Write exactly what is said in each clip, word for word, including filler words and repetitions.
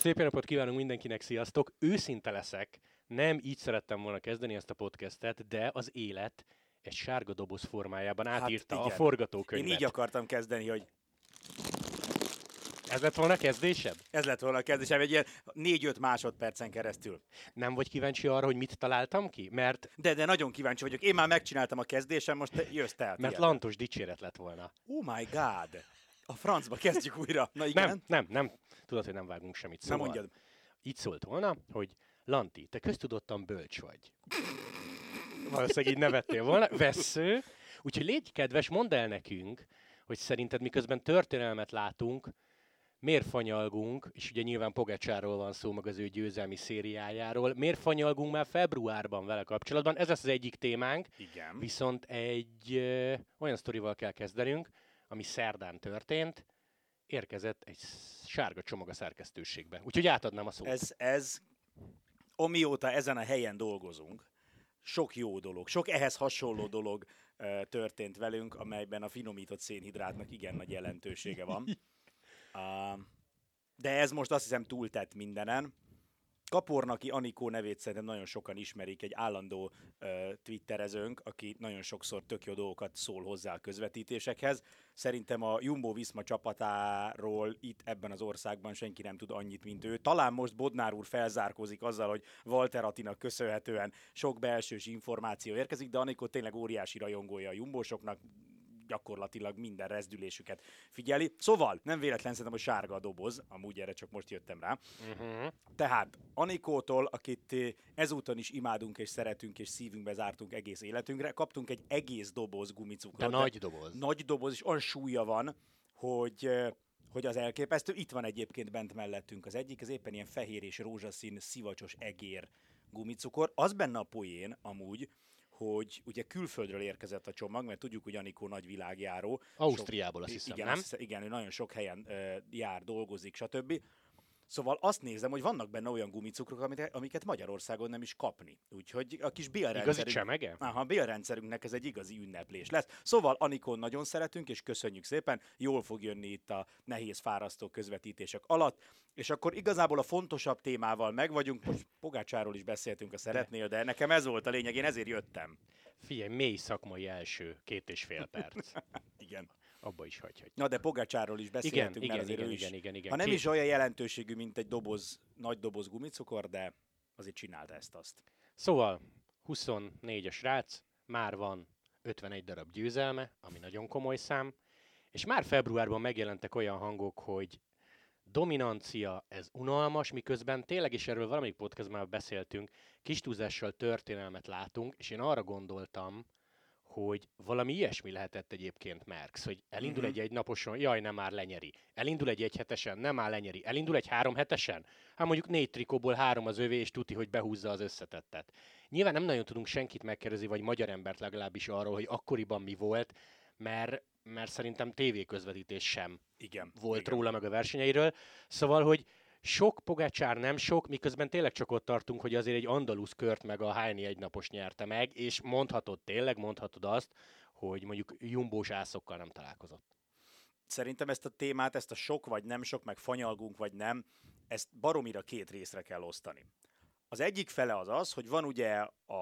Szép napot kívánunk mindenkinek, sziasztok! Őszinte leszek, nem így szerettem volna kezdeni ezt a podcastet, de az élet egy sárga doboz formájában átírta hát a forgatókönyvet. Én így akartam kezdeni, hogy... Ez lett volna a kezdésed? Ez lett volna a kezdésem, egy ilyen négy-öt másodpercen keresztül. Nem vagy kíváncsi arra, hogy mit találtam ki? Mert... De, de nagyon kíváncsi vagyok. Én már megcsináltam a kezdésem, most te jössz te. Mert ilyen. Lantos dicséret lett volna. Oh my god! A francba kezdjük újra. Na igen? Nem, nem, nem. Tudod, hogy nem vágunk semmit. Szóval, nem mondjad. Így szólt volna, hogy Lanti, te köztudottan bölcs vagy. Valószínűleg így nevettél volna. Vessző. Úgyhogy légy kedves, mondd el nekünk, hogy szerinted miközben történelmet látunk, miért fanyalgunk, és ugye nyilván Pogačarról van szó, meg az ő győzelmi szériájáról, miért fanyalgunk már februárban vele kapcsolatban? Ez lesz az egyik témánk. Igen. Viszont egy ö, olyan sztorival kell kezdenünk, ami szerdán történt, érkezett egy sárga csomag a szerkesztőségbe. Úgyhogy átadnám a szót. Ez, ez, amióta ezen a helyen dolgozunk, sok jó dolog, sok ehhez hasonló dolog uh, történt velünk, amelyben a finomított szénhidrátnak igen nagy jelentősége van. Uh, de ez most azt hiszem túltett mindenen. Kapornaki Anikó nevét szerintem nagyon sokan ismerik, egy állandó uh, twitterezőnk, aki nagyon sokszor tök jó dolgokat szól hozzá a közvetítésekhez. Szerintem a Jumbo-Viszma csapatáról itt ebben az országban senki nem tud annyit, mint ő. Talán most Bodnár úr felzárkózik azzal, hogy Walter Attinak köszönhetően sok belsős információ érkezik, de Anikó tényleg óriási rajongója a jumbósoknak, gyakorlatilag minden rezdülésüket figyeli. Szóval nem véletlen szerintem, hogy sárga a doboz, amúgy erre csak most jöttem rá. Uh-huh. Tehát Anikótól, akit ezúton is imádunk és szeretünk és szívünkbe zártunk egész életünkre, kaptunk egy egész doboz gumicukrot. De nagy doboz. Nagy doboz, és olyan súlya van, hogy... hogy az elképesztő. Itt van egyébként bent mellettünk az egyik, ez éppen ilyen fehér és rózsaszín szivacsos egér gumicukor. Az benne a poén amúgy, hogy ugye külföldről érkezett a csomag, mert tudjuk, hogy Anikó nagy világjáró. Ausztriából, sok, azt hiszem, igen, nem? Azt, igen, ő nagyon sok helyen uh, jár, dolgozik, stb. Szóval azt nézem, hogy vannak benne olyan gumicukrok, amiket, amiket Magyarországon nem is kapni. Úgyhogy a kis bélrendszerünk... Igazi csemege? Aha, a bélrendszerünknek ez egy igazi ünneplés lesz. Szóval Anikón nagyon szeretünk, és köszönjük szépen. Jól fog jönni itt a nehéz, fárasztó közvetítések alatt. És akkor igazából a fontosabb témával meg vagyunk. Most Pogačarról is beszéltünk, a szeretnél, de nekem ez volt a lényeg, én ezért jöttem. Figyelj, mély szakmai első két és fél perc. Igen. Abba is hagyhatjuk. Na de Pogačarról is beszéltünk, igen, mert igen, azért igen, ő is, igen, igen, igen. ha nem Két... is olyan jelentőségű, mint egy doboz, nagy doboz gumicukor, de azért csinálta ezt-azt. Szóval huszonnégyes srác, már van ötvenegy darab győzelme, ami nagyon komoly szám, és már februárban megjelentek olyan hangok, hogy dominancia, ez unalmas, miközben tényleg is erről valamelyik podcastban beszéltünk, kis túlzással történelmet látunk, és én arra gondoltam, hogy valami ilyesmi lehetett egyébként Merckx, hogy elindul uh-huh. egy egynaposon, jaj, nem már lenyeri. Elindul egy egyhetesen, nem már lenyeri. Elindul egy háromhetesen, hát mondjuk négy trikóból három az övé, és tuti, hogy behúzza az összetettet. Nyilván nem nagyon tudunk senkit megkérdezni, vagy magyar embert legalábbis arról, hogy akkoriban mi volt, mert, mert szerintem tévéközvetítés sem igen, volt igen. róla meg a versenyeiről. Szóval, hogy sok Pogačar nem sok, miközben tényleg csak ott tartunk, hogy azért egy andalusz kört meg a Hájni egynapos nyerte meg, és mondhatod tényleg, mondhatod azt, hogy mondjuk jumbós ászokkal nem találkozott. Szerintem ezt a témát, ezt a sok vagy nem sok, meg fanyalgunk vagy nem, ezt baromira két részre kell osztani. Az egyik fele az az, hogy van ugye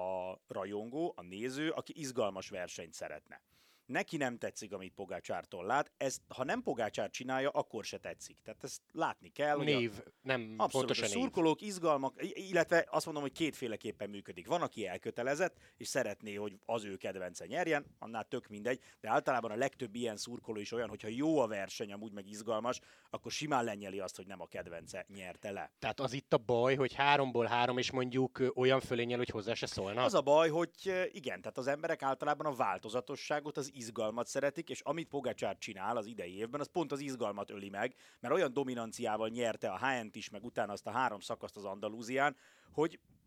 a rajongó, a néző, aki izgalmas versenyt szeretne. Neki nem tetszik, amit Pogačartól lát, ezt, ha nem Pogačar csinálja, akkor se tetszik. Tehát ezt látni kell. Név, a, nem abszolút, pontosan a szurkolók, izgalmak, illetve azt mondom, hogy kétféleképpen működik. Van, aki elkötelezett, és szeretné, hogy az ő kedvence nyerjen, annál tök mindegy, de általában a legtöbb ilyen szurkoló is olyan, hogyha jó a verseny, amúgy meg izgalmas, akkor simán lenyeli azt, hogy nem a kedvence nyerte le. Tehát az itt a baj, hogy háromból három, és mondjuk olyan fölényel, hogy hozzá se szólna? Az a baj, hogy igen, tehát az emberek általában a változatosságot, az izgalmat szeretik, és amit Pogačar csinál az idei évben, az pont az izgalmat öli meg, mert olyan dominanciával nyerte a há en-t is, meg utána azt a három szakaszt az Andalúzián, hogy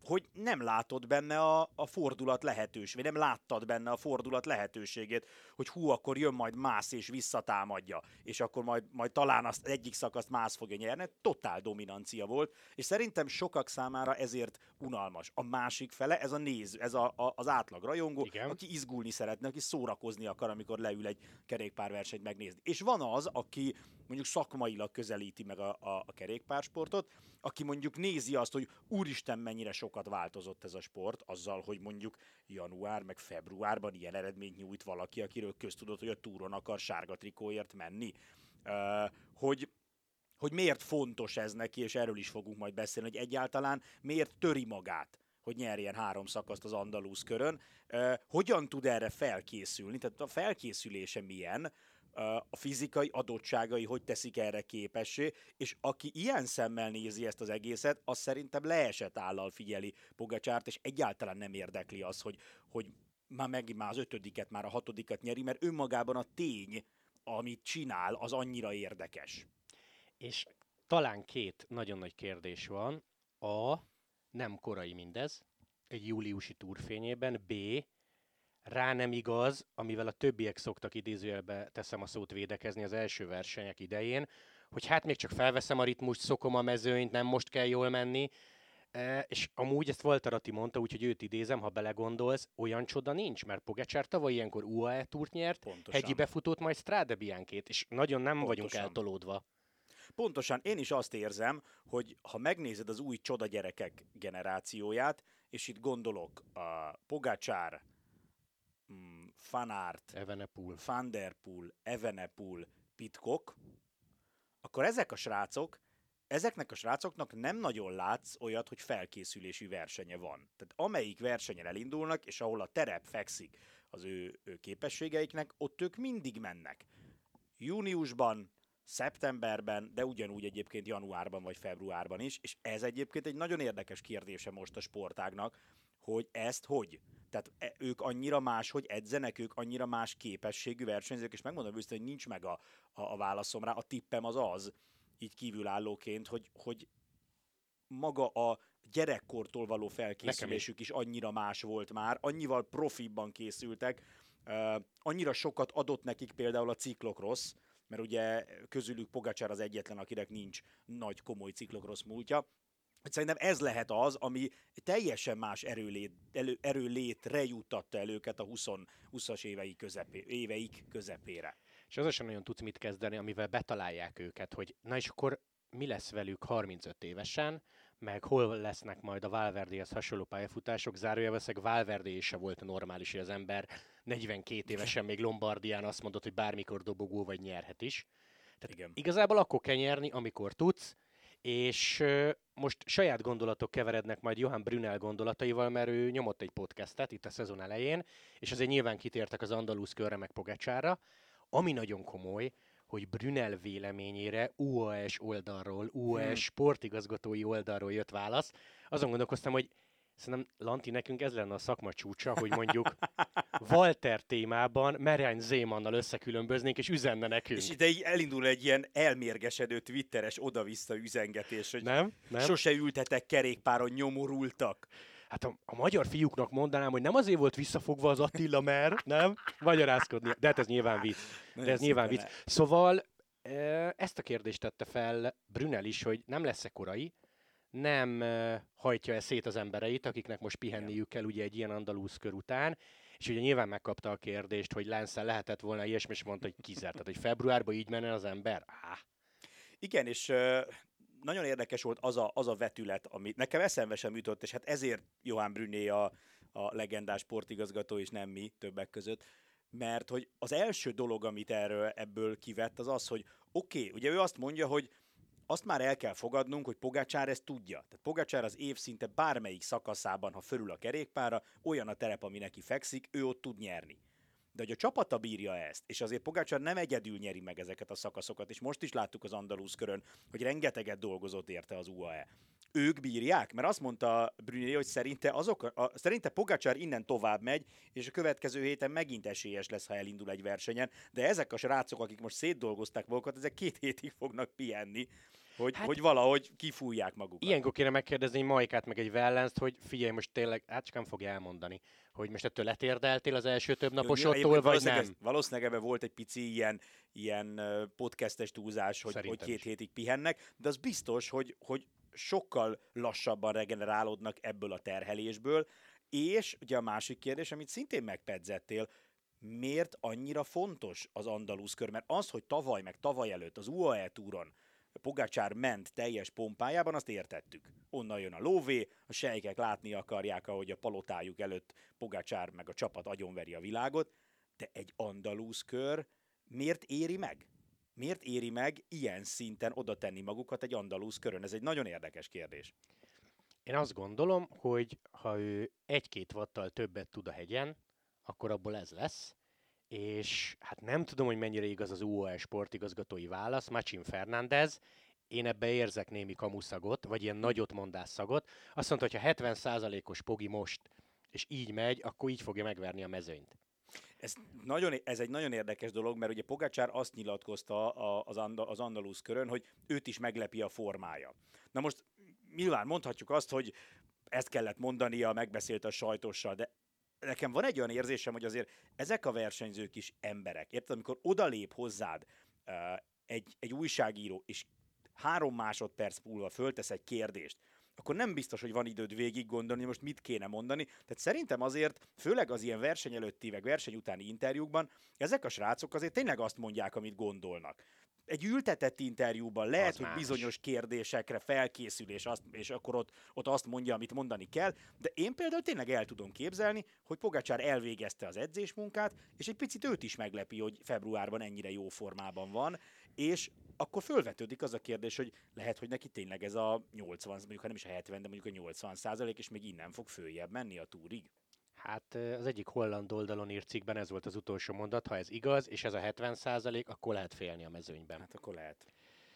hogy nem látod benne a, a fordulat lehetőségét, vagy nem láttad benne a fordulat lehetőségét, hogy hú, akkor jön majd Mász és visszatámadja, és akkor majd, majd talán azt egyik szakaszt Mász fogja nyerni. Totál dominancia volt, és szerintem sokak számára ezért unalmas. A másik fele, ez a néző, ez a, a, az átlag rajongó, Igen. aki izgulni szeretne, aki szórakozni akar, amikor leül egy kerékpárversenyt megnézni. És van az, aki mondjuk szakmailag közelíti meg a, a, a kerékpársportot, aki mondjuk nézi azt, hogy úristen, mennyire sokat változott ez a sport, azzal, hogy mondjuk január meg februárban ilyen eredményt nyújt valaki, akiről köztudott, hogy a túron akar sárga trikóért menni. Uh, hogy, hogy miért fontos ez neki, és erről is fogunk majd beszélni, hogy egyáltalán miért töri magát, hogy nyerjen három szakaszt az Andalusz körön. Uh, hogyan tud erre felkészülni? Tehát a felkészülése milyen? A fizikai adottságai hogy teszik erre képessé, és aki ilyen szemmel nézi ezt az egészet, az szerintem leesett állal figyeli Pogacsárt, és egyáltalán nem érdekli az, hogy, hogy már megint már az ötödiket, már a hatodikat nyeri, mert önmagában a tény, amit csinál, az annyira érdekes. És talán két nagyon nagy kérdés van. A, nem korai mindez, egy júliusi túrfényében, B, rá nem igaz, amivel a többiek szoktak idézőjelbe, teszem a szót, védekezni az első versenyek idején, hogy hát még csak felveszem a ritmust, szokom a mezőnyt, nem most kell jól menni, e, és amúgy ezt Valtarati mondta, úgyhogy őt idézem, ha belegondolsz, olyan csoda nincs, mert Pogačar tavaly ilyenkor u á é túrt nyert, Pontosan. hegyi befutót, majd Strade Bianchét, és nagyon nem Pontosan. vagyunk eltolódva. Pontosan, én is azt érzem, hogy ha megnézed az új csoda gyerekek generációját, és itt gondolok a Pogačar, Van Aert, Evenepoel, Van der Poel, Evenepoel, Pidcock, akkor ezek a srácok, ezeknek a srácoknak nem nagyon látsz olyat, hogy felkészülési versenye van. Tehát amelyik versenyen elindulnak, és ahol a terep fekszik az ő, ő képességeiknek, ott ők mindig mennek. Júniusban, szeptemberben, de ugyanúgy egyébként januárban vagy februárban is, és ez egyébként egy nagyon érdekes kérdése most a sportágnak, hogy ezt hogy? Tehát ők annyira más, hogy edzenek, ők annyira más képességű versenyzők, és megmondom őszintén, hogy nincs meg a, a, a válaszom rá, a tippem az az, így kívülállóként, hogy, hogy maga a gyerekkortól való felkészülésük is annyira más volt már, annyival profibban készültek, uh, annyira sokat adott nekik például a ciklokrosz, mert ugye közülük Pogačar az egyetlen, akinek nincs nagy komoly ciklokrosz múltja. Szerintem ez lehet az, ami teljesen más erőlét, elő, erőlétre juttatta el őket a húszas éveik, közepé, éveik közepére. És az sem nagyon tudsz mit kezdeni, amivel betalálják őket, hogy na és akkor mi lesz velük harmincöt évesen, meg hol lesznek majd a Valverdéhez hasonló pályafutások, zárójelveszek Valverde is se volt normális, hogy az ember negyvenkét évesen még Lombardián azt mondott, hogy bármikor dobogó vagy nyerhet is. Tehát igen. Igazából akkor kell nyerni, amikor tudsz, és uh, most saját gondolatok keverednek majd Johan Brunel gondolataival, mert ő nyomott egy podcastet itt a szezon elején, és azért nyilván kitértek az Andalusz körre meg Pogačarra, ami nagyon komoly, hogy Brunel véleményére u á es oldalról, u á es hmm. sportigazgatói oldalról jött válasz. Azon gondolkoztam, hogy szerintem Lanti, nekünk ez lenne a szakma csúcsa, hogy mondjuk Walter témában Merján Zémannal összekülönböznénk, és üzenne nekünk. És ide elindul egy ilyen elmérgesedő twitteres oda-vissza üzengetés, hogy nem, nem. sose ültetek kerékpáron, nyomorultak. Hát a, a magyar fiúknak mondanám, hogy nem azért volt visszafogva az Attila, mert nem magyarázkodni. De hát ez nyilván vicc. De ez nyilván vicc. Szóval ezt a kérdést tette fel Brunel is, hogy nem lesz-e korai, nem hajtja-e szét az embereit, akiknek most pihenniük kell ugye egy ilyen Andalusz kör után, és ugye nyilván megkapta a kérdést, hogy Lance-el lehetett volna ilyesmi, és mondta, hogy kizárt. Tehát, hogy februárban így menne az ember? Áh. Igen, és uh, nagyon érdekes volt az a, az a vetület, ami nekem eszembe sem jutott, és hát ezért Johan Bruné a, a legendás sportigazgató, és nem mi többek között, mert hogy az első dolog, amit erről ebből kivett, az az, hogy oké, okay, ugye ő azt mondja, hogy azt már el kell fogadnunk, hogy Pogačar ezt tudja. Tehát Pogačar az év szinte bármelyik szakaszában, ha fölül a kerékpárra, olyan a terep, ami neki fekszik, ő ott tud nyerni. De hogy a csapata bírja ezt, és azért Pogačar nem egyedül nyeri meg ezeket a szakaszokat, és most is láttuk az Andalusz körön, hogy rengeteget dolgozott érte az u á é. Ők bírják? Mert azt mondta Bruné, hogy szerinte, azok, a, szerinte Pogačar innen tovább megy, és a következő héten megint esélyes lesz, ha elindul egy versenyen, de ezek a srácok, akik most szétdolgozták magukat, ezek két hétig fognak pihenni. hogy, Hát- hogy valahogy kifújják magukat. Ilyenkor kéne megkérdezni egy Majkát, meg egy Vellenzt, hogy figyelj, most tényleg, hát csak nem fogja elmondani, hogy most ettől letérdeltél az első több Jó, naposottól, egyébként vagy valószínűleg nem? Ez, valószínűleg ebben volt egy pici ilyen, ilyen ö, podcastes túlzás, hogy, hogy Szerintem két is. hétig pihennek, de az biztos, hogy, hogy sokkal lassabban regenerálódnak ebből a terhelésből, és ugye a másik kérdés, amit szintén megpedzettél, miért annyira fontos az andalusz kör? Mert az, hogy tavaly meg tavaly előtt az u á é túron Pogačar ment teljes pompájában, azt értettük. Onnan jön a lóvé, a sejkek látni akarják, ahogy a palotájuk előtt Pogačar meg a csapat agyonveri a világot, de egy andalusz kör miért éri meg? Miért éri meg ilyen szinten oda tenni magukat egy andalusz körön? Ez egy nagyon érdekes kérdés. Én azt gondolom, hogy ha ő egy-két watttal többet tud a hegyen, akkor abból ez lesz, és hát nem tudom, hogy mennyire igaz az u á é sportigazgatói válasz, Machin Fernández, én ebbe érzek némi kamuszagot, vagy ilyen nagyotmondás szagot. Azt mondta, hogy ha hetven százalékos Pogi most, és így megy, akkor így fogja megverni a mezőnyt. Ez, nagyon, ez egy nagyon érdekes dolog, mert ugye Pogačar azt nyilatkozta az, anda, az andalusz körön, hogy őt is meglepi a formája. Na most nyilván mondhatjuk azt, hogy ezt kellett mondania, megbeszélt a sajtossal, de nekem van egy olyan érzésem, hogy azért ezek a versenyzők is emberek. Érted, amikor odalép hozzád uh, egy, egy újságíró, és három másodperc múlva föltesz egy kérdést, akkor nem biztos, hogy van időd végig gondolni, most mit kéne mondani. Tehát szerintem azért, főleg az ilyen verseny előtti, meg verseny utáni interjúkban, ezek a srácok azért tényleg azt mondják, amit gondolnak. Egy ültetett interjúban lehet, Az hogy más. bizonyos kérdésekre felkészül, és, azt, és akkor ott, ott azt mondja, amit mondani kell, de én például tényleg el tudom képzelni, hogy Pogačar elvégezte az edzésmunkát, és egy picit őt is meglepi, hogy februárban ennyire jó formában van, és akkor fölvetődik az a kérdés, hogy lehet, hogy neki tényleg ez a nyolcvan, mondjuk ha nem is a hetven, de mondjuk a nyolcvan százalék, és még innen fog följebb menni a túrig. Hát az egyik holland oldalon írt cikkben ez volt az utolsó mondat, ha ez igaz, és ez a hetven százalék, akkor lehet félni a mezőnyben. Hát akkor lehet.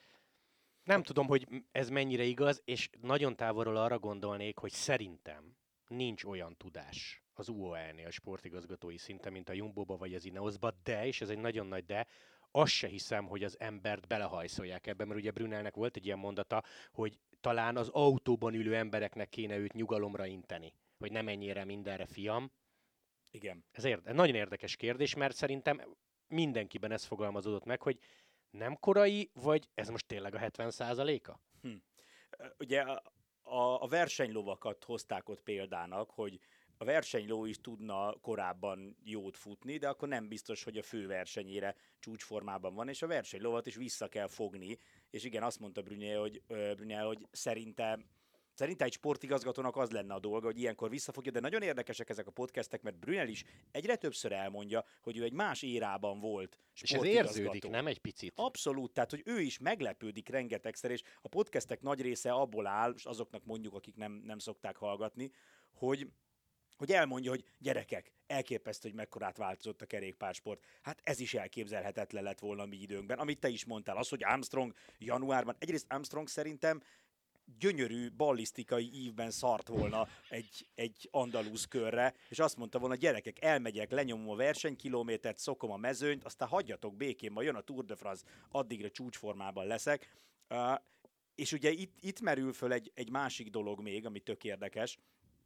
Nem tudom, hogy ez mennyire igaz, és nagyon távolról arra gondolnék, hogy szerintem nincs olyan tudás az u á é-nél sportigazgatói szinten, mint a Jumbo-ba vagy az Ineosba, de, és ez egy nagyon nagy de, azt se hiszem, hogy az embert belehajszolják ebbe, mert ugye Brunelnek volt egy ilyen mondata, hogy talán az autóban ülő embereknek kéne őt nyugalomra inteni, hogy ne menjél mindenre, fiam. Igen. Ez érde- nagyon érdekes kérdés, mert szerintem mindenkiben ez fogalmazódott meg, hogy nem korai, vagy ez most tényleg a hetven százaléka? Hm. Ugye a, a, a versenylovakat hozták ott példának, hogy a versenyló is tudna korábban jót futni, de akkor nem biztos, hogy a fő versenyére csúcsformában van, és a versenylovat is vissza kell fogni. És igen, azt mondta Brunel, hogy, Brunel, hogy szerinte Szerintem egy sportigazgatónak az lenne a dolga, hogy ilyenkor visszafogja, de nagyon érdekesek ezek a podcastek, mert Brunel is egyre többször elmondja, hogy ő egy más érában volt És ez sportigazgató. érződik, nem egy picit? Abszolút, tehát hogy ő is meglepődik rengetegszer, és a podcastek nagy része abból áll, és azoknak mondjuk, akik nem, nem szokták hallgatni, hogy hogy elmondja, hogy gyerekek, elképesztő, hogy mekkorát változott a kerékpársport. Hát ez is elképzelhetetlen lett volna a mi időnkben. Amit te is mondtál, az, hogy Armstrong januárban, egyrészt Armstrong szerintem gyönyörű ballisztikai ívben szart volna egy, egy andalusz körre, és azt mondta volna, gyerekek, elmegyek, lenyomom a versenykilométert, szokom a mezőnyt, aztán hagyjatok békén, majd jön a Tour de France, addigra csúcsformában leszek. Uh, és ugye itt, itt merül föl egy, egy másik dolog még, ami tök érdekes,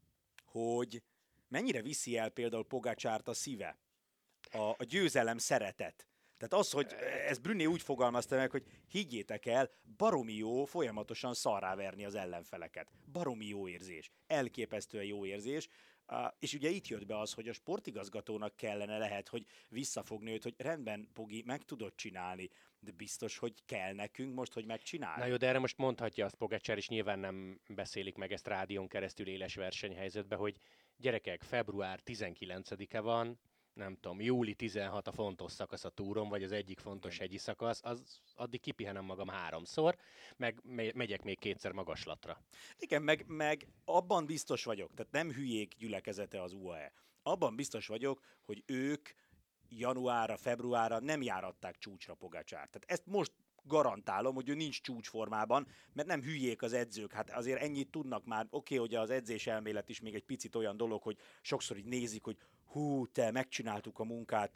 hogy mennyire viszi el például Pogačart a szíve, a, a győzelem szeretet. Tehát az, hogy ez Brunel úgy fogalmazta meg, hogy higgyétek el, baromi jó folyamatosan szarráverni az ellenfeleket. Baromi jó érzés. Elképesztően jó érzés. Uh, és ugye itt jött be az, hogy a sportigazgatónak kellene lehet, hogy visszafogni őt, hogy rendben, Pogi, meg tudod csinálni, de biztos, hogy kell nekünk most, hogy megcsinálni. Na jó, de erre most mondhatja azt Pogačar, és nyilván nem beszélik meg ezt rádión keresztül éles versenyhelyzetben, hogy gyerekek, február tizenkilencedike van, nem tudom, júli tizenhat a fontos szakasz a túron, vagy az egyik fontos hegyi szakasz, az addig kipihenem magam háromszor, meg megyek még kétszer magaslatra. Igen, meg, meg abban biztos vagyok, tehát nem hülyék gyülekezete az u á é. Abban biztos vagyok, hogy ők januárra, februárra nem járatták csúcsra Pogačart. Tehát ezt most garantálom, hogy ő nincs csúcsformában, mert nem hülyék az edzők. Hát azért ennyit tudnak már. Oké, okay, hogy az edzés elmélet is még egy picit olyan dolog, hogy sokszor így nézik, hogy hú, te, megcsináltuk a munkát,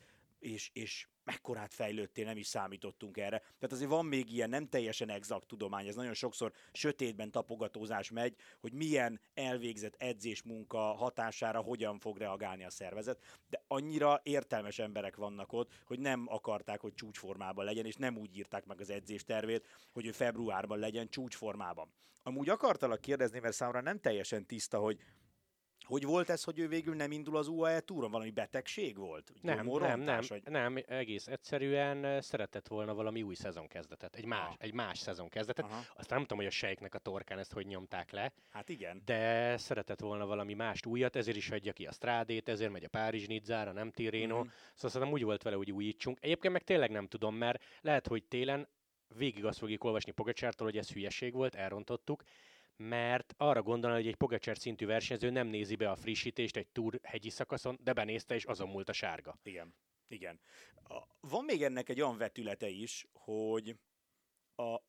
és, és mekkorát fejlődtél, nem is számítottunk erre. Tehát azért van még ilyen nem teljesen exakt tudomány, ez nagyon sokszor sötétben tapogatózás megy, hogy milyen elvégzett edzésmunka hatására hogyan fog reagálni a szervezet, de annyira értelmes emberek vannak ott, hogy nem akarták, hogy csúcsformában legyen, és nem úgy írták meg az edzéstervét, hogy ő februárban legyen csúcsformában. Amúgy akartalak kérdezni, mert számomra nem teljesen tiszta, hogy hogy volt ez, hogy ő végül nem indul az u á e túron? Valami betegség volt? Nem, nem, nem, Vagy... nem, egész egyszerűen szeretett volna valami új szezonkezdetet, egy más, egy más szezonkezdetet. Aztán nem tudom, hogy a sejknek a torkán ezt hogy nyomták le. Hát igen. De szeretett volna valami mást, újat, ezért is hagyja ki a Strádét, ezért megy a Párizs-Nizzára, nem Tirreno. Mm-hmm. Szóval szerintem úgy volt vele, hogy újítsunk. Egyébként meg tényleg nem tudom, mert lehet, hogy télen végig azt fogjuk olvasni Pogacsártól, hogy ez hülyeség volt, elrontottuk, mert arra gondolna, hogy egy Pogacsár szintű versenyző nem nézi be a frissítést egy Tour hegyi szakaszon, de benézte, és azon múlt a sárga. Igen, igen. A, van még ennek egy olyan vetülete is, hogy a, a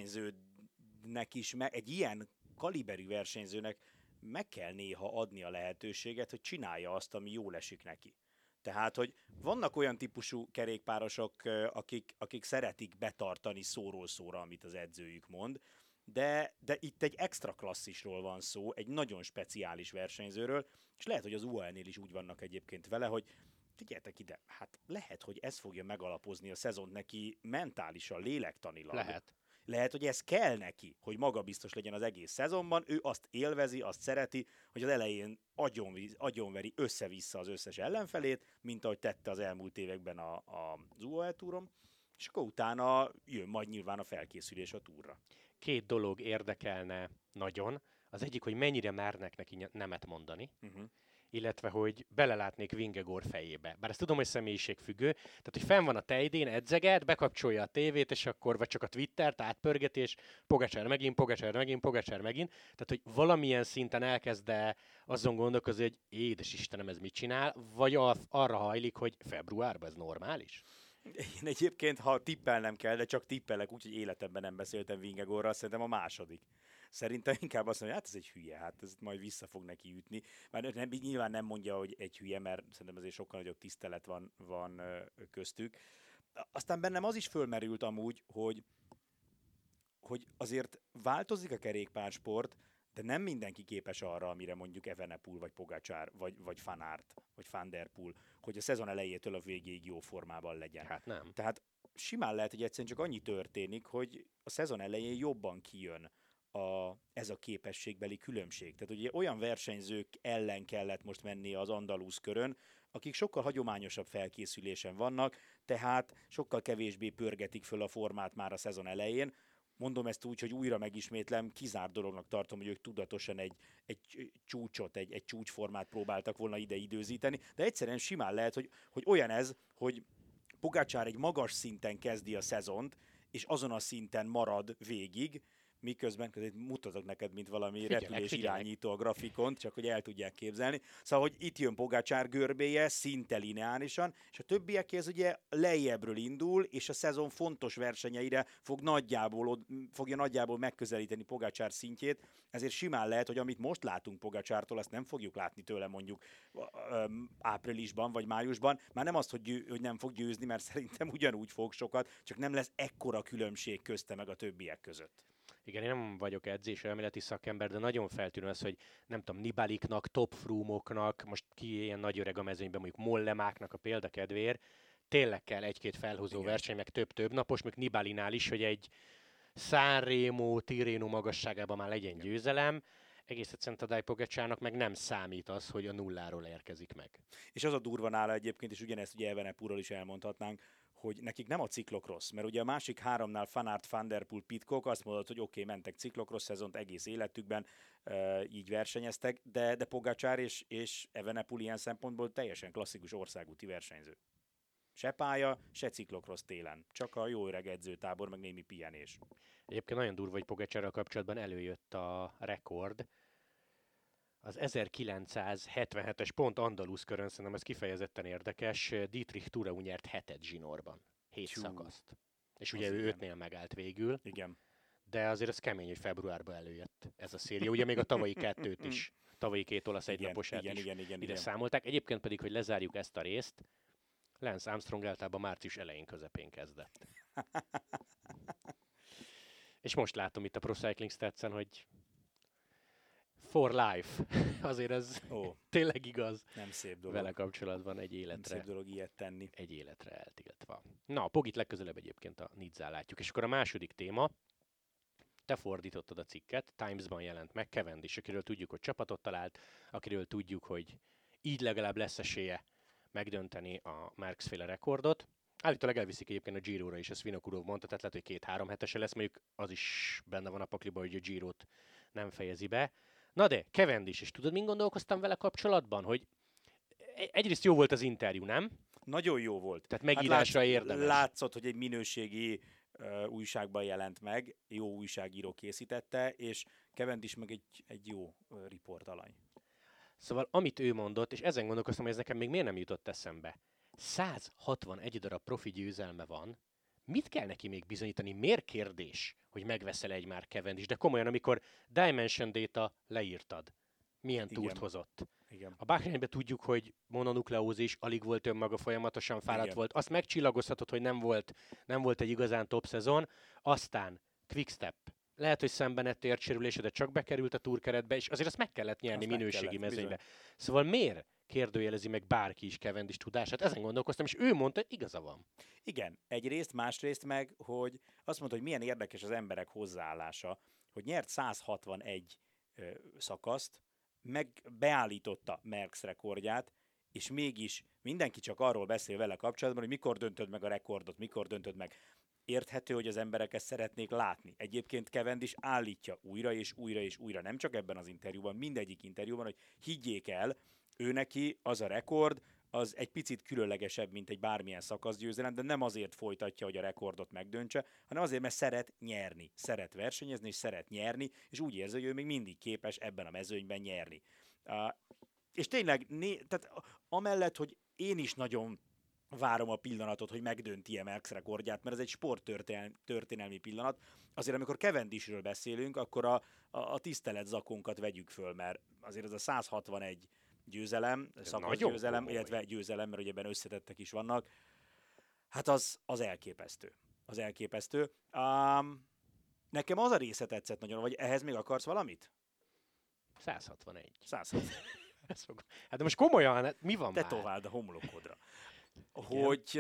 versenyzőnek is, me, egy ilyen kaliberű versenyzőnek meg kell néha adni a lehetőséget, hogy csinálja azt, ami jól esik neki. Tehát, hogy vannak olyan típusú kerékpárosok, akik, akik szeretik betartani szóról szóra, amit az edzőjük mond, De, de itt egy extra klasszisról van szó, egy nagyon speciális versenyzőről, és lehet, hogy az u á é-nél is úgy vannak egyébként vele, hogy figyeljetek ide, hát lehet, hogy ez fogja megalapozni a szezont neki mentálisan, lélektanilag. Lehet. Lehet, hogy ez kell neki, hogy magabiztos legyen az egész szezonban, ő azt élvezi, azt szereti, hogy az elején agyonvíz, agyonveri össze-vissza az összes ellenfelét, mint ahogy tette az elmúlt években a, a, az u á é-túron, és akkor utána jön majd nyilván a felkészülés a túrra. Két dolog érdekelne nagyon. Az egyik, hogy mennyire mernek neki nemet mondani, uh-huh. illetve, hogy belelátnék Vingegaard fejébe. Bár ezt tudom, hogy személyiségfüggő, tehát, hogy fenn van a tejdén, edzeget, bekapcsolja a tévét, és akkor, vagy csak a Twittert átpörget, és Pogačar megint, Pogačar megint, Pogačar megint. Tehát, hogy valamilyen szinten elkezd azon gondolkozni, hogy édes Istenem, ez mit csinál, vagy arra hajlik, hogy februárban ez normális? Én egyébként, ha tippelnem kell, de csak tippelek, úgyhogy életemben nem beszéltem Vingegaardral, szerintem a második. Szerintem inkább azt mondja, hát ez egy hülye, hát ez majd vissza fog neki ütni. Már nem, nyilván nem mondja, hogy egy hülye, mert szerintem azért sokkal nagyobb tisztelet van, van köztük. Aztán bennem az is fölmerült amúgy, hogy, hogy azért változik a kerékpársport, de nem mindenki képes arra, amire mondjuk Evenepoel, vagy Pogačar, vagy, vagy Van Aert, vagy Van der Poel, hogy a szezon elejétől a végéig jó formában legyen. Hát nem. Tehát simán lehet, hogy egyszerűen csak annyi történik, hogy a szezon elején jobban kijön a, ez a képességbeli különbség. Tehát ugye olyan versenyzők ellen kellett most menni az Andalusz körön, akik sokkal hagyományosabb felkészülésen vannak, tehát sokkal kevésbé pörgetik föl a formát már a szezon elején. Mondom ezt úgy, hogy újra megismétlem, kizárt dolognak tartom, hogy ők tudatosan egy, egy csúcsot, egy, egy csúcsformát próbáltak volna ide időzíteni, de egyszerűen simán lehet, hogy, hogy olyan ez, hogy Pogačar egy magas szinten kezdi a szezont, és azon a szinten marad végig, miközben mutatok neked, mint valami figyelek, repülés figyelek. irányító a grafikont, csak hogy el tudják képzelni. Szóval, hogy itt jön Pogačar görbéje, szinte lineárisan, és a többiekhez ugye lejjebbről indul, és a szezon fontos versenyeire fog nagyjából, fogja nagyjából megközelíteni Pogačar szintjét, ezért simán lehet, hogy amit most látunk Pogačartól, azt nem fogjuk látni tőle mondjuk áprilisban vagy májusban. Már nem azt, hogy, győ, hogy nem fog győzni, mert szerintem ugyanúgy fog sokat, csak nem lesz ekkora különbség közte meg a többiek között. Igen, én nem vagyok edzés elméleti szakember, de nagyon feltűnő az, hogy nem tudom, Nibaliknak, Top Froome-oknak, most ki ilyen nagy öreg a mezőnyben, mondjuk Mollemáknak a példakedvéért, tényleg kell egy-két felhúzó igen. verseny, meg több-több napos, még Nibalinál is, hogy egy Sanremo, Tirreno magasságában már legyen igen. győzelem, egész egyszerűen Tadej Pogačarnak meg nem számít az, hogy a nulláról érkezik meg. És az a durva nála egyébként, és ugyanezt ugye Evenepoelről is elmondhatnánk, hogy nekik nem a ciklokrosz, mert ugye a másik háromnál Van Aert, Van der Poel, Pidcock azt mondott, hogy oké, okay, mentek ciklokrosz szezont egész életükben, e, így versenyeztek, de, de Pogačar és, és Evenepoel ilyen szempontból teljesen klasszikus országúti versenyző. Se pálya, se ciklokrosz télen, csak a jó öreg edzőtábor, meg némi pihenés. Egyébként nagyon durva, hogy Pogačarral kapcsolatban előjött a rekord. Az ezerkilencszázhetvenhetes pont Andalusz körön, szerintem ez kifejezetten érdekes, Dietrich Thurau nyert hetet zsinórban, hét Csú. szakaszt. És ugye ő ötnél megállt végül. Igen. De azért ez kemény, hogy februárban előjött ez a széria. Ugye még a tavalyi kettőt is, tavalyi két olasz egynapos igen, is igen, igen, ide igen. számolták. Egyébként pedig, hogy lezárjuk ezt a részt, Lance Armstrong általában március elején közepén kezdett. És most látom itt a Pro Cycling Stats-en, hogy for life. Azért ez Ó, tényleg igaz. nem szép dolog. Vele kapcsolatban egy Nem életre. szép dolog ilyet tenni. Egy életre eltiltva. Na, a Pogit legközelebb egyébként a Nizzán látjuk. És akkor a második téma, te fordítottad a cikket, Times-ban jelent meg Cavendish, akiről tudjuk, hogy csapatot talált, akiről tudjuk, hogy így legalább lesz esélye megdönteni a Merckx-féle rekordot. Állítólag elviszik egyébként a Giro-ra is, ezt Vinokurov mondta, tehát lehet, hogy két-három hetese lesz, mondjuk az is benne van a pakliba, hogy a Girot nem fejezi be. Na de, Cavendish, és tudod, min gondolkoztam vele kapcsolatban? Hogy egyrészt jó volt az interjú, nem? Nagyon jó volt. Tehát megírásra hát látsz, érdemes. Látszott, hogy egy minőségi uh, újságban jelent meg, jó újságíró készítette, és Cavendish meg egy, egy jó uh, riportalany. Szóval amit ő mondott, és ezen gondolkoztam, hogy ez nekem még miért nem jutott eszembe. száz hatvanegy darab profi győzelme van, mit kell neki még bizonyítani? Miért kérdés, hogy megveszel egy már Cavendish? De komolyan, amikor Dimension Data leírtad, milyen Igen. túrt hozott. Igen. A Bahreinben tudjuk, hogy mononukleózis, alig volt önmaga, folyamatosan fáradt Igen. volt. Azt megcsillagozhatod, hogy nem volt, nem volt egy igazán top szezon. Aztán Quickstep. Lehet, hogy szemben egy térsérülése, de csak bekerült a túrkeretbe, és azért azt meg kellett nyerni Azt meg minőségi kellett, mezőnybe. bizony. Szóval miért kérdőjelezi meg bárki is Cavendish tudását? Ezen gondolkoztam, és ő mondta, hogy igaza van. Igen, egyrészt, másrészt meg, hogy azt mondta, hogy milyen érdekes az emberek hozzáállása, hogy nyert száz hatvanegy ö, szakaszt, meg beállította Merckx rekordját, és mégis mindenki csak arról beszél vele kapcsolatban, hogy mikor döntöd meg a rekordot, mikor döntöd meg. Érthető, hogy az emberek ezt szeretnék látni. Egyébként Cavendish állítja újra és újra és újra, nem csak ebben az interjúban, mindegyik interjúban, hogy higgyék el, ő neki az a rekord, az egy picit különlegesebb, mint egy bármilyen szakaszgyőzelem, de nem azért folytatja, hogy a rekordot megdöntse, hanem azért, mert szeret nyerni, szeret versenyezni, és szeret nyerni, és úgy érzi, hogy ő még mindig képes ebben a mezőnyben nyerni. Uh, és tényleg, né- tehát amellett, hogy én is nagyon várom a pillanatot, hogy megdönti a Merckx rekordját, mert ez egy sporttörténelmi pillanat. Azért, amikor Cavendishről beszélünk, akkor a, a, a tisztelet zakonkat vegyük föl, mert azért ez a száz hatvanegy győzelem, szakaszgyőzelem, illetve győzelem, mert ugye ebben összetettek is vannak, hát az, az elképesztő. Az elképesztő. Um, nekem az a része tetszett nagyon, vagy ehhez még akarsz valamit? száz hatvanegy. száz hatvanegy. Hát de most komolyan, hát mi van Te már? tovább a homlokodra. Hogy,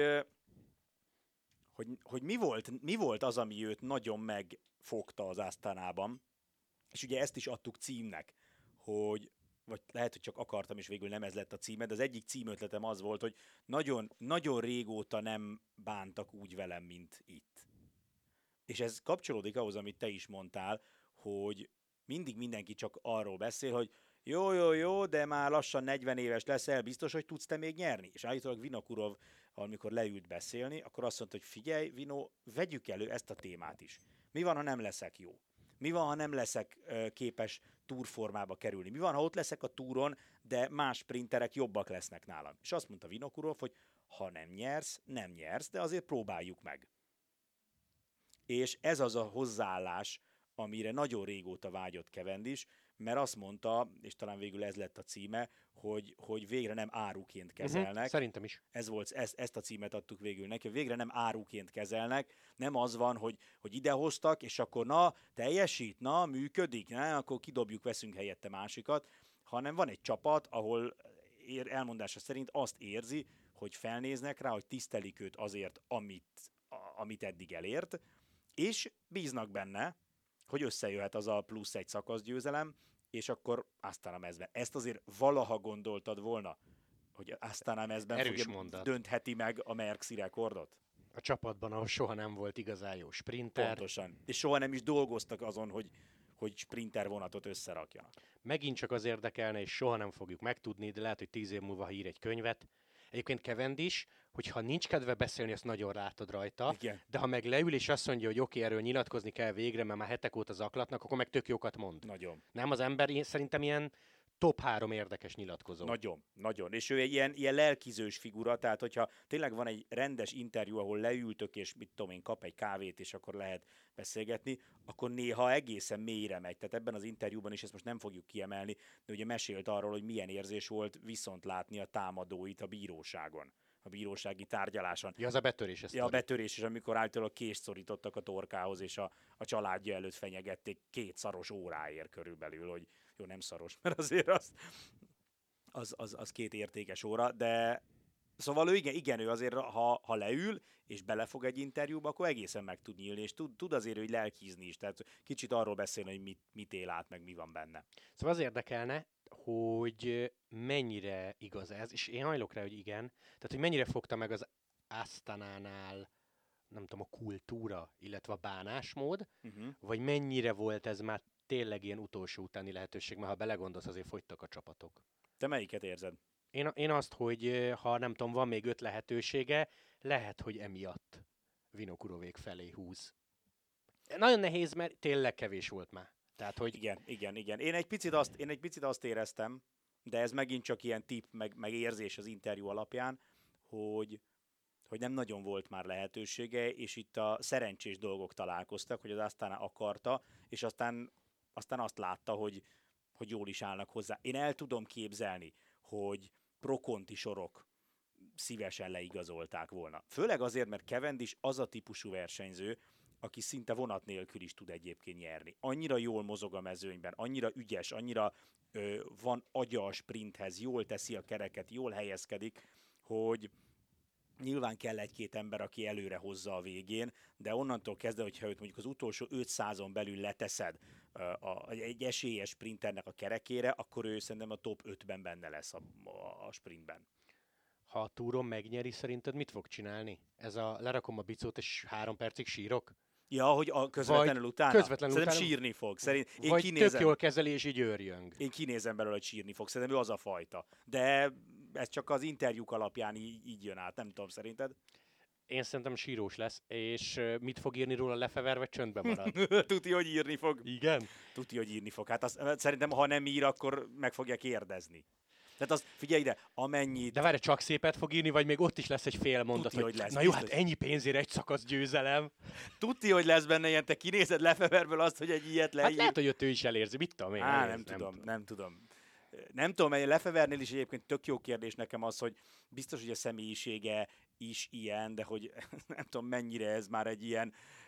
hogy, hogy mi, volt, mi volt az, ami őt nagyon megfogta az Asztanában, és ugye ezt is adtuk címnek, hogy vagy lehet, hogy csak akartam, és végül nem ez lett a címe, de az egyik címötletem az volt, hogy nagyon, nagyon régóta nem bántak úgy velem, mint itt. És ez kapcsolódik ahhoz, amit te is mondtál, hogy mindig mindenki csak arról beszél, hogy jó, jó, jó, de már lassan negyven éves leszel, biztos, hogy tudsz te még nyerni? És állítólag Vinokurov, amikor leült beszélni, akkor azt mondta, hogy figyelj, Vino, vegyük elő ezt a témát is. Mi van, ha nem leszek jó? Mi van, ha nem leszek ö, képes túrformába kerülni? Mi van, ha ott leszek a túron, de más sprinterek jobbak lesznek nálam? És azt mondta Vinokurov, hogy ha nem nyersz, nem nyersz, de azért próbáljuk meg. És ez az a hozzáállás, amire nagyon régóta vágyott Cavendish, mert azt mondta, és talán végül ez lett a címe, hogy, hogy végre nem áruként kezelnek. Uh-huh, szerintem is. Ez volt, ezt, ezt a címet adtuk végül neki, végre nem áruként kezelnek, nem az van, hogy, hogy idehoztak, és akkor na, teljesít, na, működik, na, akkor kidobjuk, veszünk helyette másikat, hanem van egy csapat, ahol ér, elmondása szerint azt érzi, hogy felnéznek rá, hogy tisztelik őt azért, amit, a, amit eddig elért, és bíznak benne, hogy összejöhet az a plusz egy szakaszgyőzelem, és akkor Astana mezben. Ezt azért valaha gondoltad volna, hogy Astana mezben fogja, döntheti meg a Merckxi rekordot? A csapatban, ahol soha nem volt igazán jó sprinter. Pontosan. És soha nem is dolgoztak azon, hogy, hogy sprinter vonatot összerakjanak. Megint csak az érdekelne, és soha nem fogjuk megtudni, de lehet, hogy tíz év múlva, ha ír egy könyvet. Egyébként Cavendish, hogyha nincs kedve beszélni, azt nagyon rátad rajta, igen. De ha meg leül és azt mondja, hogy oké, okay, erről nyilatkozni kell végre, mert már hetek óta zaklatnak, akkor meg tök jókat mond. Nagyon. Nem az ember, én szerintem ilyen top három érdekes nyilatkozó. Nagyon, nagyon. És ő egy ilyen, ilyen lelkizős figura, tehát hogyha tényleg van egy rendes interjú, ahol leültök, és mit tudom én, kap egy kávét, és akkor lehet beszélgetni, akkor néha egészen mélyre megy. Tehát ebben az interjúban is ezt most nem fogjuk kiemelni, de ugye mesélt arról, hogy milyen érzés volt viszont látni a támadóit a bíróságon, a bírósági tárgyaláson. Ja, az a betörés. Ez ja, a betörés, és amikor általában kést szorítottak a torkához, és a, a családja előtt fenyegették két szaros óráért körülbelül, hogy jó, nem szaros, mert azért az, az, az, az két értékes óra, de szóval ő igen, igen ő azért, ha, ha leül, és belefog egy interjúba, akkor egészen meg tud nyílni, és tud, tud azért hogy lelkizni is, tehát kicsit arról beszélni, hogy mit, mit él át, meg mi van benne. Szóval az érdekelne, hogy mennyire igaz ez, és én hajlok rá, hogy igen, tehát hogy mennyire fogta meg az Astanánál, nem tudom, a kultúra, illetve a bánásmód, uh-huh. vagy mennyire volt ez már tényleg ilyen utolsó utáni lehetőség, mert ha belegondolsz, azért fogytak a csapatok. Te melyiket érzed? Én, én azt, hogy ha nem tudom, van még öt lehetősége, lehet, hogy emiatt Vinokurovék felé húz. Nagyon nehéz, mert tényleg kevés volt már. Tehát, hogy... Igen, igen, igen. Én egy picit azt, én egy picit azt éreztem, de ez megint csak ilyen tipp, meg, meg érzés az interjú alapján, hogy, hogy nem nagyon volt már lehetősége, és itt a szerencsés dolgok találkoztak, hogy az aztán akarta, és aztán, aztán azt látta, hogy, hogy jól is állnak hozzá. Én el tudom képzelni, hogy pro-konti sorok szívesen leigazolták volna. Főleg azért, mert Cavendish az a típusú versenyző, aki szinte vonat nélkül is tud egyébként nyerni. Annyira jól mozog a mezőnyben, annyira ügyes, annyira ö, van agya a sprinthez, jól teszi a kereket, jól helyezkedik, hogy nyilván kell egy-két ember, aki előre hozza a végén, de onnantól kezdve, hogyha őt mondjuk az utolsó ötszázon belül leteszed a, a, egy esélyes sprinternek a kerekére, akkor ő szerintem a top ötben benne lesz a, a, a sprintben. Ha a túron megnyeri, szerinted mit fog csinálni? Ez a lerakom a bicót, és három percig sírok? Ja, hogy a közvetlenül Vagy utána? Közvetlenül Szerintem utána... sírni fog. Szerint, én Vagy kinézem, tök jól kezeli, és így őrjöng. Én kinézem belőle, hogy sírni fog. Szerintem ő az a fajta. De ez csak az interjúk alapján így, így jön át. Nem tudom, szerinted? Én szerintem sírós lesz, és mit fog írni róla Lefever, vagy csöndbe marad? Tuti, hogy írni fog. Igen? Tuti, hogy írni fog. Hát azt, szerintem, ha nem ír, akkor meg fogja kérdezni. Tehát azt, figyelj ide, amennyit... De várj, csak szépet fog írni, vagy még ott is lesz egy fél mondat, Tuti, hogy, hogy lesz, na jó, biztos. hát ennyi pénzért egy szakasz győzelem. Tuti, hogy lesz benne ilyen, te kinézed Lefeverből azt, hogy egy ilyet leír. Hát lehet, hogy ő is elérzi, mit tudom én. Á, elérzi, nem, nem tudom, nem tudom. Nem tudom, mert Lefevernél is egyébként tök jó kérdés nekem az, hogy biztos, hogy a személyisége is ilyen, de hogy nem tudom, mennyire ez már egy ilyen,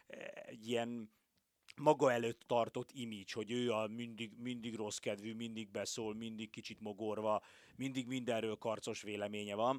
egy ilyen maga előtt tartott image, hogy ő a mindig, mindig rossz kedvű, mindig beszól, mindig kicsit mogorva, mindig mindenről karcos véleménye van.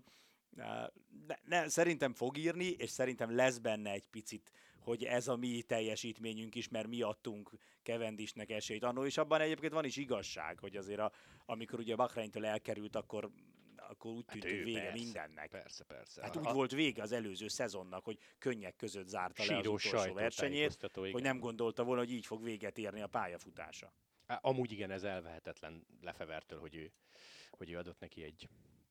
Ne, ne, szerintem fog írni, és szerintem lesz benne egy picit, hogy ez a mi teljesítményünk is, mert mi adtunk Cavendishnek esélyt annól, és abban egyébként van is igazság, hogy azért a, amikor ugye Bahreintől elkerült, akkor akkor úgy tűnt, hát hogy vége persze, mindennek. Persze, persze. Hát a, úgy a... volt vége az előző szezonnak, hogy könnyek között zárta le az utolsó versenyét, hogy igen. nem gondolta volna, hogy így fog véget érni a pályafutása. Amúgy igen, ez elvehetetlen Lefevertől, hogy ő, hogy ő adott neki egy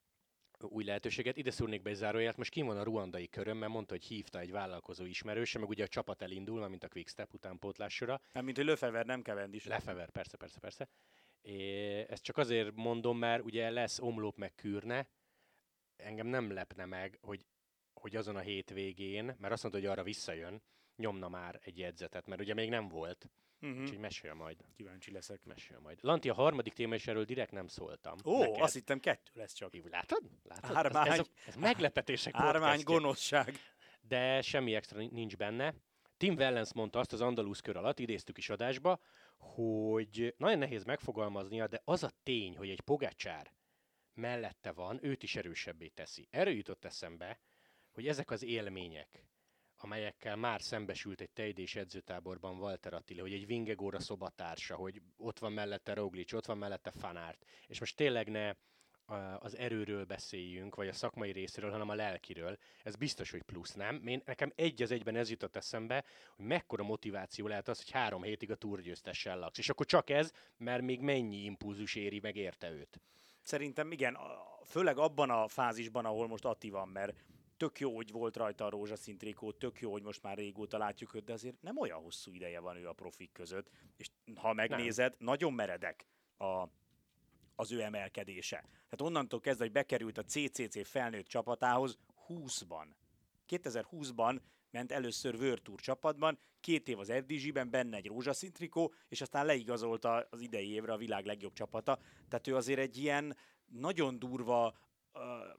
új lehetőséget. Ide szúrnék be egy zárójelet, most kim van a ruandai köröm, mert mondta, hogy hívta egy vállalkozó ismerőse, meg ugye a csapat elindul, már mint a Quickstep utánpótlásra. Nem, mint hogy Lefever, nem Cavendish. Lefever, persze, persze, persze. É, ezt csak azért mondom, mert ugye lesz Omlop meg Kürne, engem nem lepne meg, hogy, hogy azon a hétvégén, mert azt mondta, hogy arra visszajön, nyomna már egy jegyzetet, mert ugye még nem volt. Uh-huh. Úgyhogy mesél majd. Kíváncsi leszek. Mesél majd. Lanti, a harmadik téma, és erről direkt nem szóltam. Ó, neked. Azt hittem kettő lesz csak. Hí, látod? látod? Ármány, ez, ez, ez meglepetések Ármány gonoszság. De semmi extra nincs benne. Tim Wellens mondta azt az Andalusz kör alatt, idéztük is adásba, hogy nagyon nehéz megfogalmaznia, de az a tény, hogy egy Pogačar mellette van, őt is erősebbé teszi. Erről jutott eszembe, hogy ezek az élmények, amelyekkel már szembesült egy tejdés edzőtáborban Walter Attila, hogy egy Vingegóra szobatársa, hogy ott van mellette Roglic, ott van mellette Van Aert, és most tényleg ne az erőről beszéljünk, vagy a szakmai részéről, hanem a lelkiről. Ez biztos, hogy plusz, nem? Én, nekem egy az egyben ez jutott eszembe, hogy mekkora motiváció lehet az, hogy három hétig a túrgyőztessel laksz. És akkor csak ez, mert még mennyi impulzus éri meg érte őt. Szerintem igen, főleg abban a fázisban, ahol most Atti van, mert tök jó, hogy volt rajta a rózsaszín trikó, tök jó, hogy most már régóta látjuk őt, de azért nem olyan hosszú ideje van ő a profik között. És ha megnézed, nem. Nagyon meredek a, az ő emelkedése. Tehát onnantól kezdve, hogy bekerült a cé cé cé felnőtt csapatához húszban. kétezer-húszban ment először World Tour csapatban, két év az ef dé gé-ben, benne egy rózsaszín trikó, és aztán leigazolta az idei évre a világ legjobb csapata. Tehát ő azért egy ilyen nagyon durva, uh,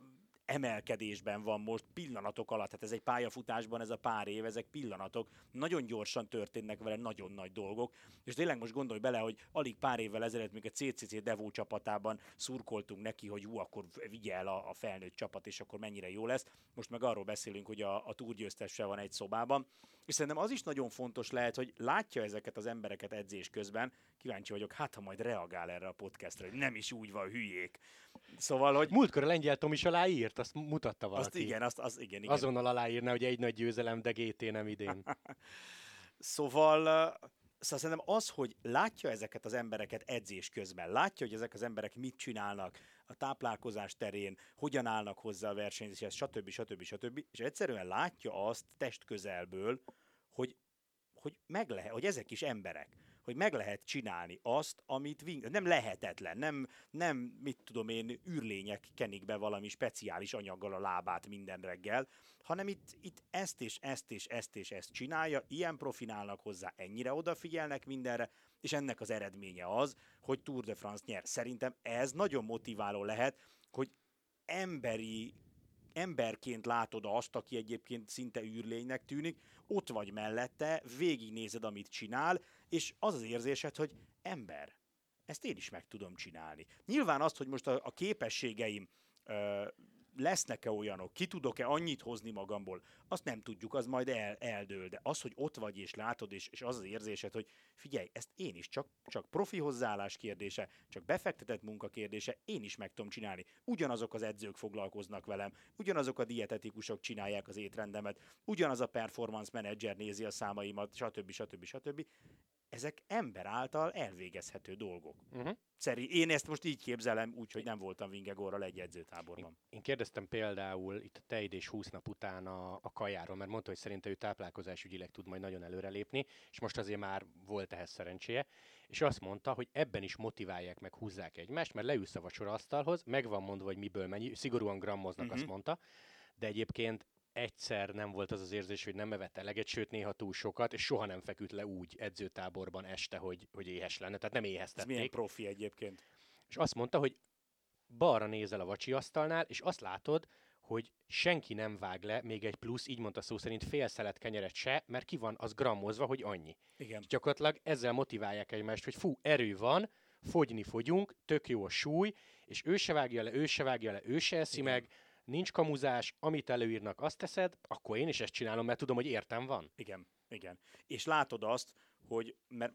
emelkedésben van most pillanatok alatt. Hát ez egy pályafutásban, ez a pár év, ezek pillanatok. Nagyon gyorsan történnek vele nagyon nagy dolgok. És tényleg most gondolj bele, hogy alig pár évvel ezelőtt, még a cé cé cé Devó csapatában szurkoltunk neki, hogy ú, akkor vigye el a, a felnőtt csapat, és akkor mennyire jó lesz. Most meg arról beszélünk, hogy a, a túrgyőztessel van egy szobában. És szerintem az is nagyon fontos lehet, hogy látja ezeket az embereket edzés közben. Kíváncsi vagyok, hát ha majd reagál erre a podcastra, hogy nem is úgy van, hülyék. Szóval, hogy... Múltkor a lengyel Tom is aláírt, azt mutatta valaki. Azt igen, azt, az igen, igen. Azonnal aláírna, hogy egy nagy győzelem, de gé té nem idén. Szóval, szóval szerintem az, hogy látja ezeket az embereket edzés közben, látja, hogy ezek az emberek mit csinálnak a táplálkozás terén, hogyan állnak hozzá a versenyzéshez, stb. stb. stb. És egyszerűen látja azt testközelből, hogy, hogy, meg lehet, hogy ezek is emberek, hogy meg lehet csinálni azt, amit ving... nem lehetetlen, nem, nem, mit tudom én, űrlények kenik be valami speciális anyaggal a lábát minden reggel, hanem itt, itt ezt és ezt és ezt és ezt csinálja, ilyen profinálnak hozzá, ennyire odafigyelnek mindenre, és ennek az eredménye az, hogy Tour de France nyer. Szerintem ez nagyon motiváló lehet, hogy emberi emberként látod azt, aki egyébként szinte űrlénynek tűnik, ott vagy mellette, végignézed, amit csinál, és az az érzésed, hogy ember, ezt én is meg tudom csinálni. Nyilván azt, hogy most a, a képességeim ö, lesznek-e olyanok, ki tudok-e annyit hozni magamból, azt nem tudjuk, az majd el, eldől, de az, hogy ott vagy és látod, és, és az az érzésed, hogy figyelj, ezt én is, csak, csak profi hozzáállás kérdése, csak befektetett munka kérdése, én is meg tudom csinálni. Ugyanazok az edzők foglalkoznak velem, ugyanazok a dietetikusok csinálják az étrendemet, ugyanaz a performance manager nézi a számaimat, stb. stb. stb. Ezek ember által elvégezhető dolgok. Uh-huh. Szerint én ezt most így képzelem, úgyhogy nem voltam Vingegorral egy edzőtáborban. Én, én kérdeztem például itt a teidés húsz nap után a, a kajáról, mert mondta, hogy szerinte ő táplálkozásügyileg tud majd nagyon előrelépni, és most azért már volt ehhez szerencséje, és azt mondta, hogy ebben is motiválják meg, húzzák egymást, mert leülsz a vacsoraasztalhoz, meg van mondva, hogy miből mennyi, szigorúan grammoznak, uh-huh. azt mondta, de egyébként egyszer nem volt az az érzés, hogy nem evett eleget, sőt néha túl sokat, és soha nem feküdt le úgy edzőtáborban este, hogy, hogy éhes lenne, tehát nem éheztették. Ez milyen profi egyébként. És azt mondta, hogy balra nézel a vacsi asztalnál, és azt látod, hogy senki nem vág le még egy plusz, így mondta szó szerint, fél szelet kenyeret se, mert ki van az grammozva, hogy annyi. Igen. És gyakorlatilag ezzel motiválják egymást, hogy fú, erő van, fogyni fogyunk, tök jó a súly, és ő se vágja le, ő se vágja le, ő se eszi Igen. meg, nincs kamuzás, amit előírnak, azt teszed, akkor én is ezt csinálom, mert tudom, hogy értem van. Igen, igen. És látod azt, hogy mert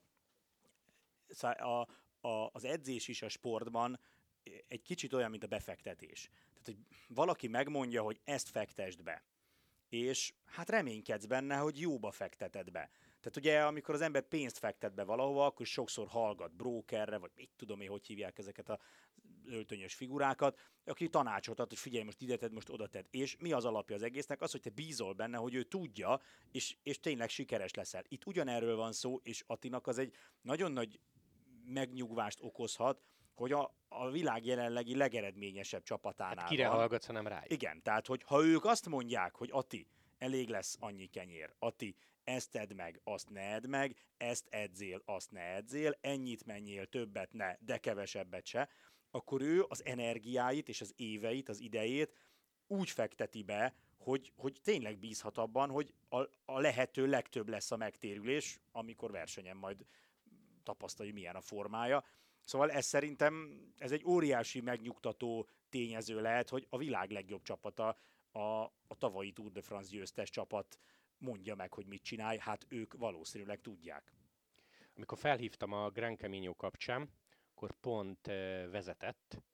a, a, az edzés is a sportban egy kicsit olyan, mint a befektetés. Tehát, hogy valaki megmondja, hogy ezt fektesd be, és hát reménykedsz benne, hogy jóba fekteted be. Tehát ugye, amikor az ember pénzt fektet be valahova, akkor sokszor hallgat brokerre, vagy mit tudom én, hogy hívják ezeket a öltönyös figurákat, aki tanácsot ad, hogy figyelj, most ide tedd, most oda tedd. És mi az alapja az egésznek? Az, hogy te bízol benne, hogy ő tudja, és, és tényleg sikeres leszel. Itt ugyanerről van szó, és Attinak az egy nagyon nagy megnyugvást okozhat, hogy a, a világ jelenlegi legeredményesebb csapatánál hát kire van. hallgatsz, hanem rájuk. Igen, tehát, hogy ha ők azt mondják, hogy Atti, elég lesz annyi kenyér, Atti, ezt tedd meg, azt ne edd meg, ezt edzél, azt ne edzél, ennyit menjél, többet ne, de kevesebbet se, akkor ő az energiáit és az éveit, az idejét úgy fekteti be, hogy, hogy tényleg bízhat abban, hogy a, a lehető legtöbb lesz a megtérülés, amikor versenyen majd tapasztalja, milyen a formája. Szóval ez szerintem ez egy óriási megnyugtató tényező lehet, hogy a világ legjobb csapata, a, a tavalyi Tour de France győztes csapat mondja meg, hogy mit csinálj, hát ők valószínűleg tudják. Amikor felhívtam a Gran Camino kapcsán, akkor pont vezetett,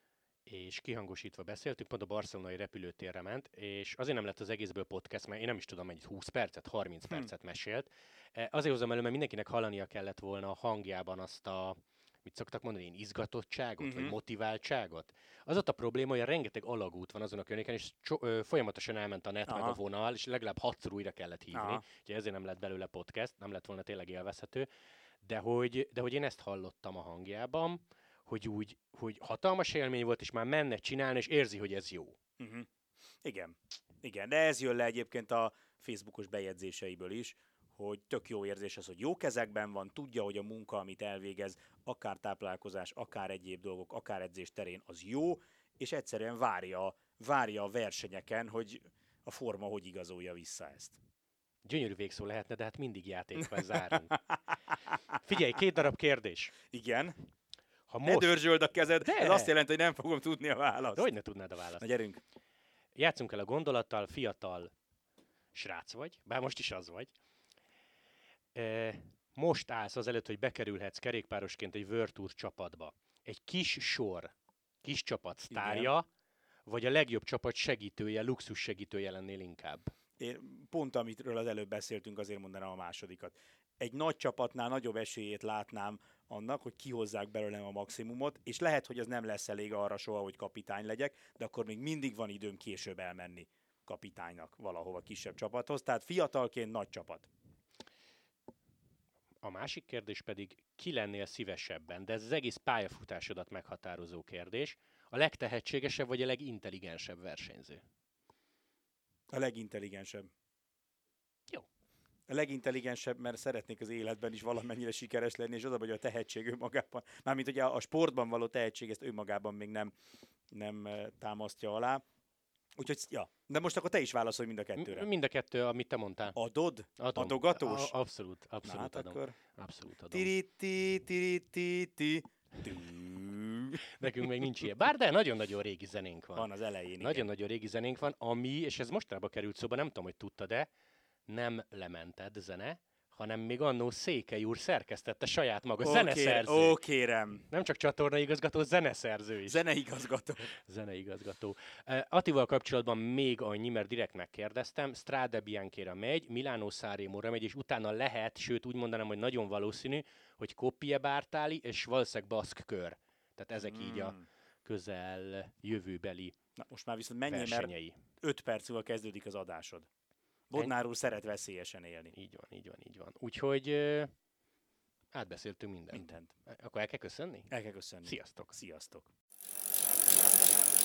és kihangosítva beszéltünk, pont a barcelonai repülőtérre ment, és azért nem lett az egészből podcast, mert én nem is tudom mennyit, húsz percet, harminc hmm. percet mesélt. Azért hozom elő, mert mindenkinek hallania kellett volna a hangjában azt a, mit szoktak mondani, én izgatottságot, uh-huh. vagy motiváltságot. Az ott a probléma, hogy rengeteg alagút van azon a környéken, és cso- ö, folyamatosan elment a net Aha. meg a vonal, és legalább hatszor újra kellett hívni, Aha. úgyhogy ezért nem lett belőle podcast, nem lett volna tényleg élvezhető, de hogy, de hogy én ezt hallottam a hangjában, hogy úgy, hogy hatalmas élmény volt, és már menne csinálni, és érzi, hogy ez jó. Uh-huh. Igen. Igen, de ez jön le egyébként a Facebookos bejegyzéseiből is, hogy tök jó érzés az, hogy jó kezekben van, tudja, hogy a munka, amit elvégez, akár táplálkozás, akár egyéb dolgok, akár edzés terén, az jó, és egyszerűen várja, várja a versenyeken, hogy a forma hogy igazolja vissza ezt. Gyönyörű végszó lehetne, de hát mindig játékban zárunk. Figyelj, két darab kérdés. Igen. Ha Ne most... dörzsöld a kezed, De! ez azt jelenti, hogy nem fogom tudni a választ. De hogy ne tudnád a választ? Na gyerünk. Játszunk el a gondolattal, fiatal srác vagy, bár most is az vagy. E, most állsz azelőtt, hogy bekerülhetsz kerékpárosként egy World Tour csapatba. Egy kis sor, kis csapat sztárja, igen, vagy a legjobb csapat segítője, luxus segítője lennél inkább? Én pont amitről az előbb beszéltünk, azért mondanám a másodikat. Egy nagy csapatnál nagyobb esélyét látnám annak, hogy kihozzák belőlem a maximumot, és lehet, hogy az nem lesz elég arra soha, hogy kapitány legyek, de akkor még mindig van időm később elmenni kapitánynak valahova kisebb csapathoz. Tehát fiatalként nagy csapat. A másik kérdés pedig, ki lennél szívesebben, de ez az egész pályafutásodat meghatározó kérdés, a legtehetségesebb vagy a legintelligensebb versenyző? A legintelligensebb. Jó. A legintelligensebb, mert szeretnék az életben is valamennyire sikeres lenni, és az a, hogy a tehetség önmagában, mármint ugye a sportban való tehetség ezt önmagában még nem, nem támasztja alá. Úgyhogy, ja. De most akkor te is válaszolj mind a kettőre. Mind a kettő, amit te mondtál. Adod? Adom. Adogatós? A- abszolút, abszolút Na, hát adom. akkor... Abszolút adom. Tiriti, tiriti, ti. Nekünk még nincs ilyen. Bár de nagyon-nagyon régi zenénk van. Van az elején. Nagyon-nagyon régi zenénk van, ami, és ez mostanában került szóba, nem tudom, hogy tudtad-e, nem lemented zene, hanem még annó Székely úr szerkesztette saját maga, Ó, zeneszerző. Ó, kérem. Nem csak csatornaigazgató, zeneszerző is. Zeneigazgató. Zeneigazgató. Uh, Attival kapcsolatban még annyi, mert direkt megkérdeztem, Strade Bianchére megy, Milano Sanremóra megy, és utána lehet, sőt úgy mondanám, hogy nagyon valószínű, hogy Coppice Bartali és valószínűleg Baszk kör. Tehát ezek mm. így a közel jövőbeli Na, most már viszont menjél, versenyei. Mert öt perc múlva kezdődik az adásod. Bodnár úr szeret veszélyesen élni. Így van, így van, így van. Úgyhogy uh, átbeszéltünk mindent. Mindent. Akkor el kell köszönni? El kell köszönni. Sziasztok! Sziasztok!